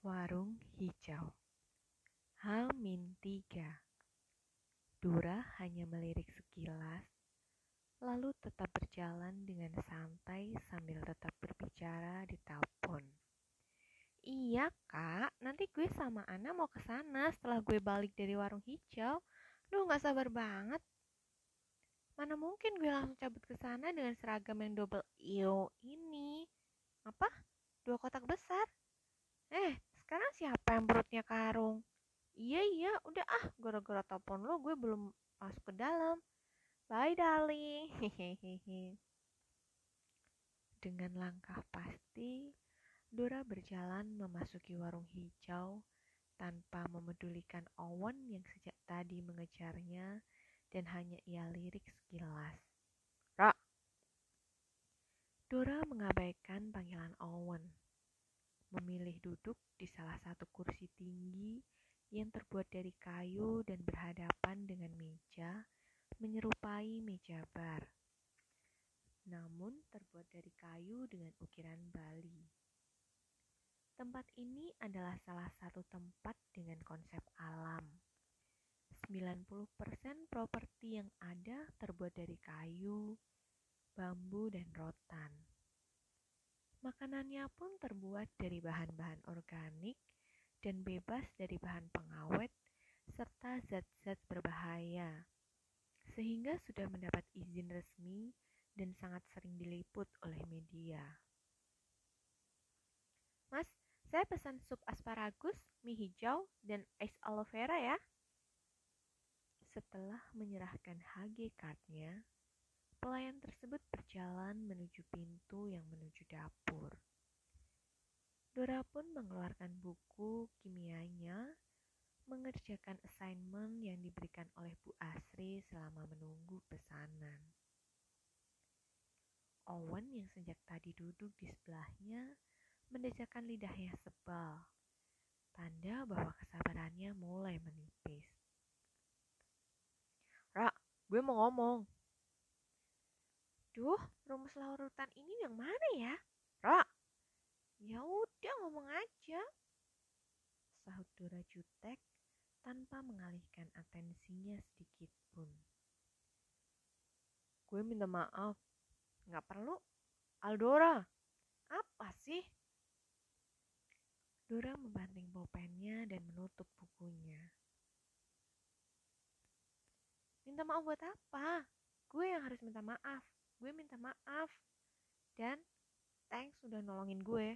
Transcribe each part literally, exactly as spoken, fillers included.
Warung hijau. H tiga. Dora hanya melirik sekilas, lalu tetap berjalan dengan santai sambil tetap berbicara di telepon. Iya kak, nanti gue sama Ana mau ke sana setelah gue balik dari warung hijau. Duh, gak sabar banget. Mana mungkin gue langsung cabut ke sana dengan seragam yang double I O ini. Apa? Dua kotak besar? Eh, sekarang siapa yang perutnya karung? Iya, iya, udah ah, gara-gara telepon lo gue belum masuk ke dalam. Bye, darling. Hehehe. Dengan langkah pasti, Dora berjalan memasuki warung hijau tanpa memedulikan Owen yang sejak tadi mengejarnya dan hanya ia lirik sekilas. Ra! Dora mengabaikan panggilan Owen, memilih duduk di salah satu kursi tinggi yang terbuat dari kayu dan berhadapan dengan meja menyerupai meja bar, namun terbuat dari kayu dengan ukiran Bali. Tempat ini adalah salah satu tempat dengan konsep alam. sembilan puluh persen properti yang ada terbuat dari kayu, bambu, dan rotan. Makanannya pun terbuat dari bahan-bahan organik dan bebas dari bahan pengawet serta zat-zat berbahaya, sehingga sudah mendapat izin resmi dan sangat sering diliput oleh media. Mas, saya pesan sup asparagus, mie hijau, dan es aloe vera ya. Setelah menyerahkan H G card-nya, pelayan tersebut berjalan menuju pintu yang menuju dapur. Dora pun mengeluarkan buku kimianya, mengerjakan assignment yang diberikan oleh Bu Asri selama menunggu pesanan. Owen yang sejak tadi duduk di sebelahnya mendesakan lidahnya sebal, tanda bahwa kesabarannya mulai menipis. Ra, gue mau ngomong. Duh, rumus laurutan ini yang mana ya? Ra, ya udah ngomong aja, sahut Dora jutek tanpa mengalihkan atensinya sedikit pun. Gue minta maaf, nggak perlu. Aldora, apa sih? Dora membanting pulpennya dan menutup bukunya. Minta maaf buat apa? Gue yang harus minta maaf. Gue minta maaf. Dan thanks sudah nolongin gue.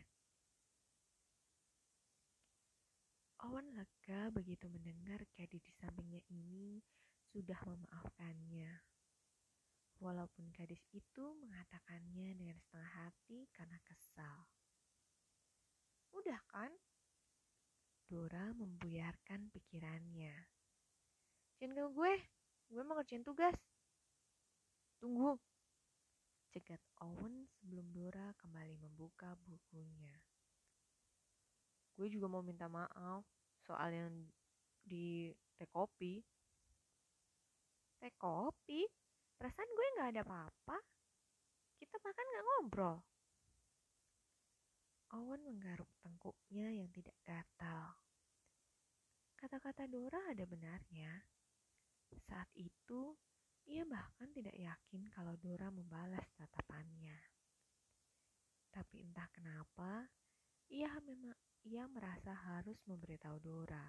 Owen lega begitu mendengar gadis di sampingnya ini sudah memaafkannya. Walaupun gadis itu mengatakannya dengan setengah hati karena kesal. Udah kan? Dora membuyarkan pikirannya. Jangan ganggu gue, gue mau ngerjain tugas. Tunggu, cegat Owen sebelum Dora kembali membuka bukunya. Gue juga mau minta maaf soal yang di teh kopi. Teh kopi? Perasaan gue gak ada apa-apa. Kita bahkan gak ngobrol. Owen menggaruk tengkuknya yang tidak gatal. Kata-kata Dora ada benarnya. Saat itu, ia bahkan tidak yakin kalau Dora membalas tatapannya. Tapi entah kenapa, ia memang ia merasa harus memberitahu Dora.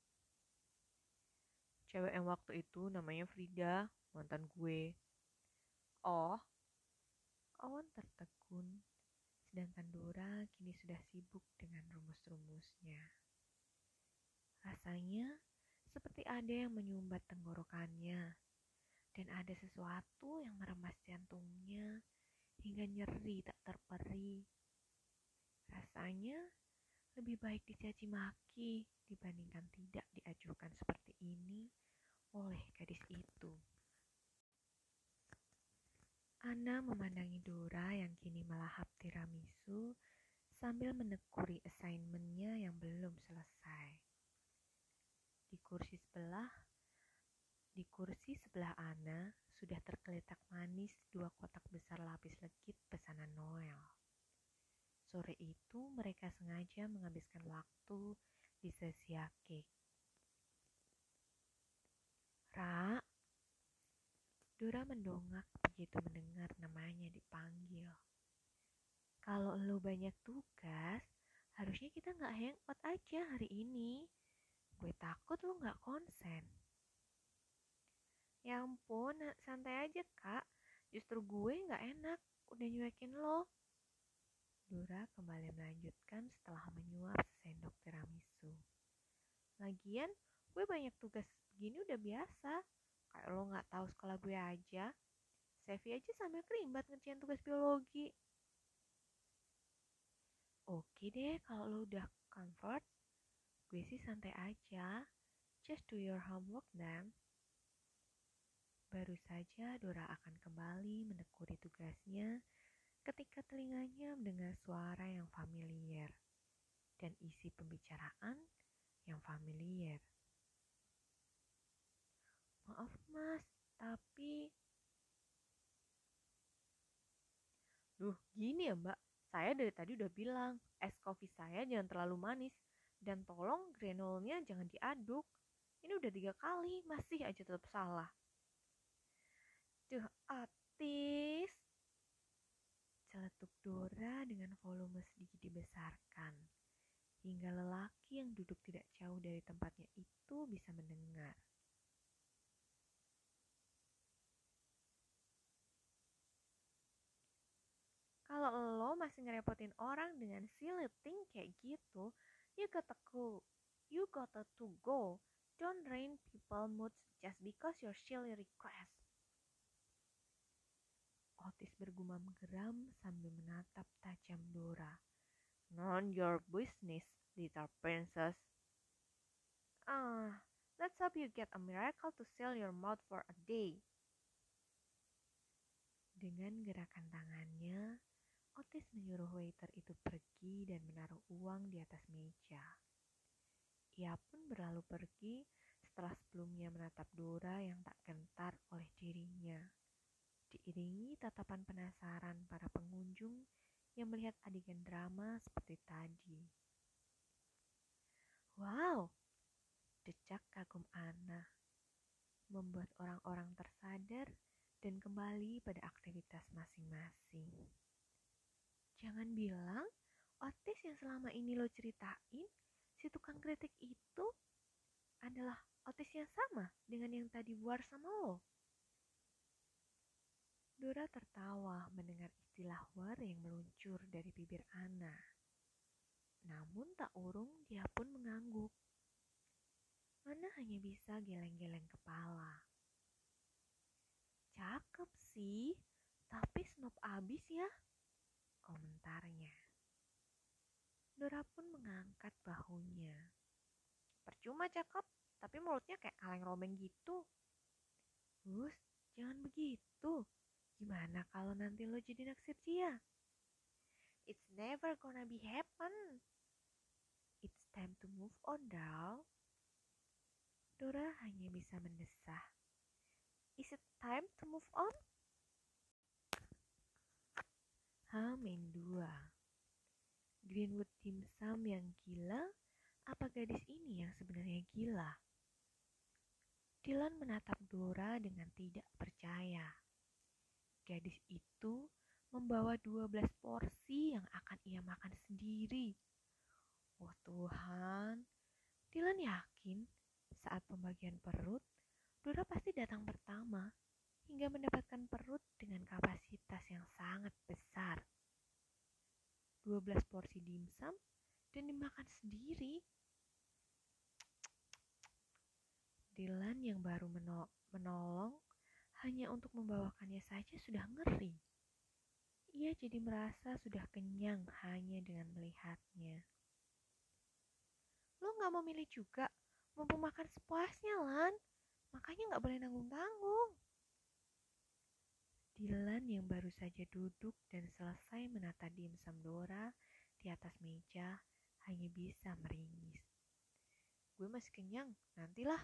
Cewek yang waktu itu namanya Frida, mantan gue. Oh, Owen tertegun, sedangkan Dora kini sudah sibuk dengan rumus-rumusnya. Rasanya seperti ada yang menyumbat tenggorokannya, dan ada sesuatu yang meremas jantungnya hingga nyeri tak terperi. Rasanya lebih baik dicaci maki dibandingkan tidak diajukan seperti ini oleh gadis itu. Ana memandangi Dora yang kini melahap tiramisu sambil menekuni assignment-nya yang belum selesai. Di kursi sebelah, di kursi sebelah Ana sudah tergeletak manis dua kotak besar lapis legit pesanan Noel. Sore itu mereka sengaja menghabiskan waktu di Sesia Cake. Ra, Dora mendongak begitu mendengar namanya dipanggil. Kalau lo banyak tugas, harusnya kita nggak hangout aja hari ini. Gue takut lo nggak konsen. Ya ampun, santai aja kak. Justru gue nggak enak, udah nyuekin lo. Dora kembali melanjutkan setelah menyuap sendok tiramisu. Lagian, gue banyak tugas begini udah biasa. Kayak lo nggak tahu sekolah gue aja. Sevi aja sambil kerimbat ngerjain tugas biologi. Oke deh, kalau lo udah comfort, gue sih santai aja. Just do your homework then. Baru saja Dora akan kembali menekuni tugasnya ketika telinganya mendengar suara yang familiar dan isi pembicaraan yang familiar. Maaf mas, tapi... Duh, gini ya mbak, saya dari tadi udah bilang, es kopi saya jangan terlalu manis, dan tolong granulnya jangan diaduk. Ini udah tiga kali, masih aja tetap salah. Duh, Atis. Celetuk Dora dengan volume sedikit dibesarkan, hingga lelaki yang duduk tidak jauh dari tempatnya itu bisa mendengar. Kalau lo masih ngerepotin orang dengan silly thing kayak gitu, you gotta go. You gotta to go. Don't rain people moods just because your silly request. Otis bergumam geram sambil menatap tajam Dora. None your business, little princess. Ah, let's hope you get a miracle to seal your mouth for a day. Dengan gerakan tangannya, Otis menyuruh waiter itu pergi dan menaruh uang di atas meja. Ia pun berlalu pergi setelah sebelumnya menatap Dora yang tak gentar oleh dirinya, diiringi tatapan penasaran para pengunjung yang melihat adegan drama seperti tadi. Wow, decak kagum Ana, membuat orang-orang tersadar dan kembali pada aktivitas masing-masing. Jangan bilang Otis yang selama ini lo ceritain, si tukang kritik itu adalah Otis yang sama dengan yang tadi war sama lo. Dora tertawa mendengar istilah war yang meluncur dari bibir Ana. Namun tak urung dia pun mengangguk. Ana hanya bisa geleng-geleng kepala. Cakep sih, tapi snob abis ya, komentarnya. Dora pun mengangkat bahunya. Percuma cakep, tapi mulutnya kayak kaleng robeng gitu. Gus, jangan begitu. Gimana kalau nanti lo jadi naksir dia? It's never gonna be happen. It's time to move on, doll. Dora hanya bisa mendesah. Is it time to move on? Hamin dua. Greenwood dimsum yang gila, apa gadis ini yang sebenarnya gila? Dylan menatap Dora dengan tidak percaya. Gadis itu membawa dua belas porsi yang akan ia makan sendiri. Oh Tuhan, Dylan yakin saat pembagian perut, Dora pasti datang pertama hingga mendapatkan perut dengan kapasitas yang sangat besar. dua belas porsi dimsum dan dimakan sendiri. Dylan yang baru menolong hanya untuk membawakannya saja sudah ngeri. Ia jadi merasa sudah kenyang hanya dengan melihatnya. Lo gak mau milih juga? Mumpung makan sepuasnya, Lan. Makanya gak boleh nanggung-tanggung. Dylan yang baru saja duduk dan selesai menata dimsum Dora di atas meja hanya bisa meringis. Gue masih kenyang, nantilah.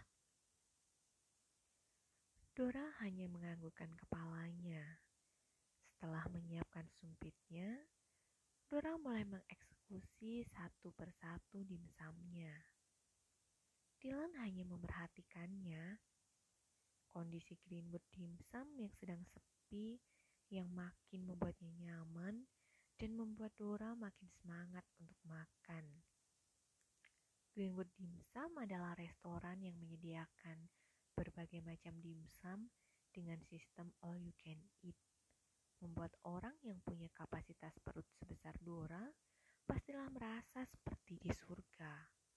Dora hanya menganggukkan kepalanya. Setelah menyiapkan sumpitnya, Dora mulai mengeksekusi satu persatu dimsumnya. Dylan hanya memperhatikannya. Kondisi Greenwood dimsum yang sedang sepi, yang makin membuatnya nyaman, dan membuat Dora makin semangat untuk makan. Greenwood Dimsum adalah restoran yang menyediakan berbagai macam dimsum dengan sistem all you can eat. Membuat orang yang punya kapasitas perut sebesar Dora pastilah merasa seperti di surga.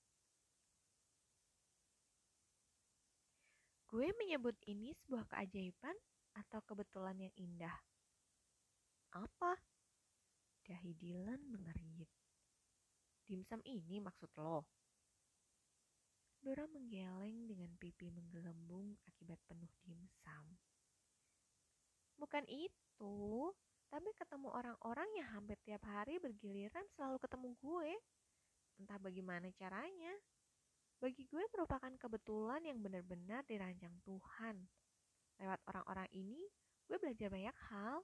Gue menyebut ini sebuah keajaiban atau kebetulan yang indah. Apa? Dahi Dylan mengerit. Dimsum ini maksud lo? Dora menggeleng dengan pipi menggelembung akibat penuh dimsum. Bukan itu, tapi ketemu orang-orang yang hampir tiap hari bergiliran selalu ketemu gue. Entah bagaimana caranya. Bagi gue merupakan kebetulan yang benar-benar dirancang Tuhan. Lewat orang-orang ini, gue belajar banyak hal.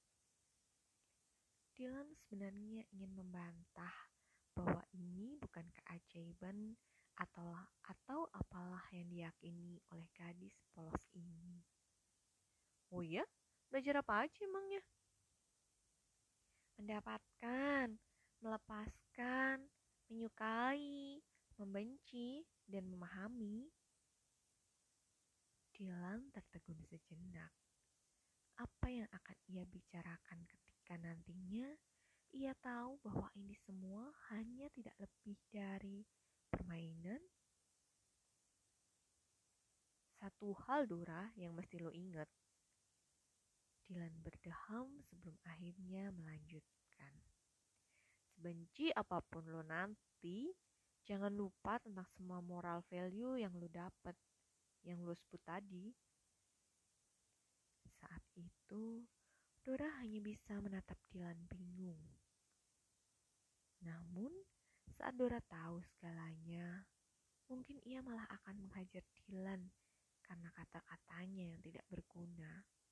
Dylan sebenarnya ingin membantah bahwa ini bukan keajaiban atau atau apalah yang diyakini oleh gadis polos ini. Oh ya? Belajar apa aja emangnya? Mendapatkan, melepaskan, menyukai, membenci, dan memahami. Dylan tertegun sejenak. Apa yang akan ia bicarakan ketika nantinya ia tahu bahwa ini semua hanya tidak lebih dari permainan? Satu hal, Dora, yang mesti lo ingat. Dylan berdeham sebelum akhirnya melanjutkan. Sebenci apapun lo nanti, jangan lupa tentang semua moral value yang lo dapat, yang lo sebut tadi. Saat itu, Dora hanya bisa menatap Dylan bingung. Namun, saat Dora tahu segalanya, mungkin ia malah akan menghajar Dylan karena kata-katanya yang tidak berguna.